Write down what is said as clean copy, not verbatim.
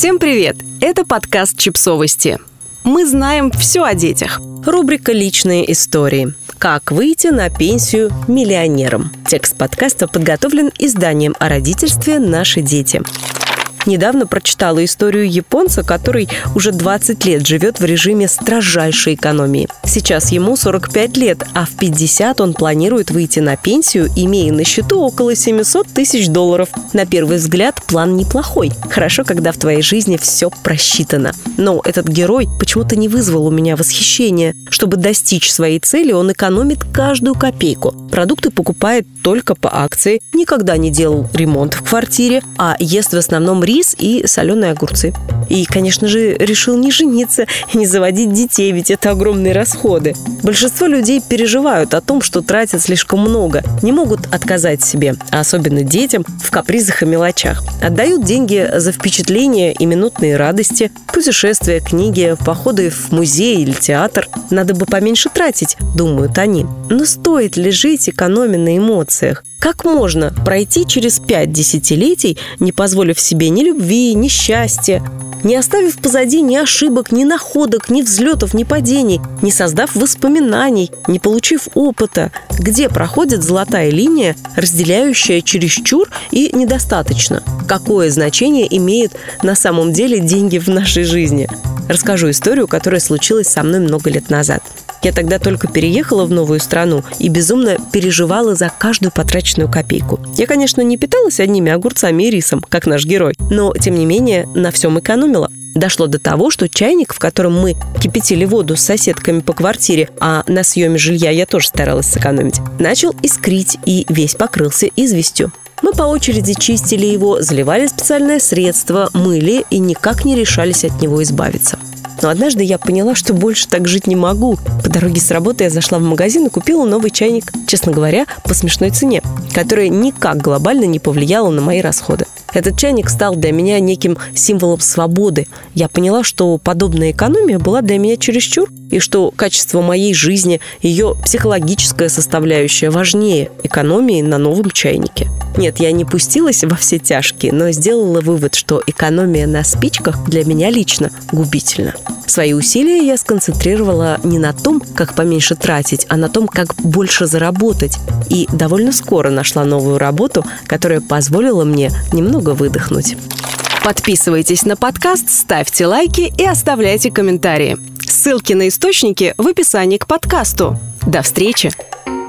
Всем привет! Это подкаст «Чипсовости». Мы знаем все о детях. Рубрика «Личные истории». Как выйти на пенсию миллионером. Текст подкаста подготовлен изданием о родительстве «Наши дети». Недавно прочитала историю японца, который уже 20 лет живет в режиме строжайшей экономии. Сейчас ему 45 лет, а в 50 он планирует выйти на пенсию, имея на счету около $700 тысяч. На первый взгляд, план неплохой. Хорошо, когда в твоей жизни все просчитано. Но этот герой почему-то не вызвал у меня восхищения. Чтобы достичь своей цели, он экономит каждую копейку. Продукты покупает только по акции, никогда не делал ремонт в квартире, а ест в основном рис и соленые огурцы. И, конечно же, решил не жениться и не заводить детей, ведь это огромные расходы. Большинство людей переживают о том, что тратят слишком много, не могут отказать себе, а особенно детям, в капризах и мелочах. Отдают деньги за впечатления и минутные радости, путешествия, книги, походы в музей или театр. Надо бы поменьше тратить, думают они. Но стоит ли жить, экономя на эмоциях? Как можно пройти через 5 десятилетий, не позволив себе ни любви, ни счастья, не оставив позади ни ошибок, ни находок, ни взлетов, ни падений, не создав воспоминаний, не получив опыта? Где проходит золотая линия, разделяющая чересчур и недостаточно? Какое значение имеют на самом деле деньги в нашей жизни? Расскажу историю, которая случилась со мной много лет назад. Я тогда только переехала в новую страну и безумно переживала за каждую потраченную копейку. Я, конечно, не питалась одними огурцами и рисом, как наш герой, но, тем не менее, на всем экономила. Дошло до того, что чайник, в котором мы кипятили воду с соседками по квартире, а на съеме жилья я тоже старалась сэкономить, начал искрить и весь покрылся известью. Мы по очереди чистили его, заливали специальное средство, мыли и никак не решались от него избавиться. Но однажды я поняла, что больше так жить не могу. По дороге с работы я зашла в магазин и купила новый чайник, честно говоря, по смешной цене, которая никак глобально не повлияла на мои расходы. Этот чайник стал для меня неким символом свободы. Я поняла, что подобная экономия была для меня чересчур, и что качество моей жизни, ее психологическая составляющая важнее экономии на новом чайнике. Нет, я не пустилась во все тяжкие, но сделала вывод, что экономия на спичках для меня лично губительна. Свои усилия я сконцентрировала не на том, как поменьше тратить, а на том, как больше заработать. И довольно скоро нашла новую работу, которая позволила мне немного выдохнуть. Подписывайтесь на подкаст, ставьте лайки и оставляйте комментарии. Ссылки на источники в описании к подкасту. До встречи!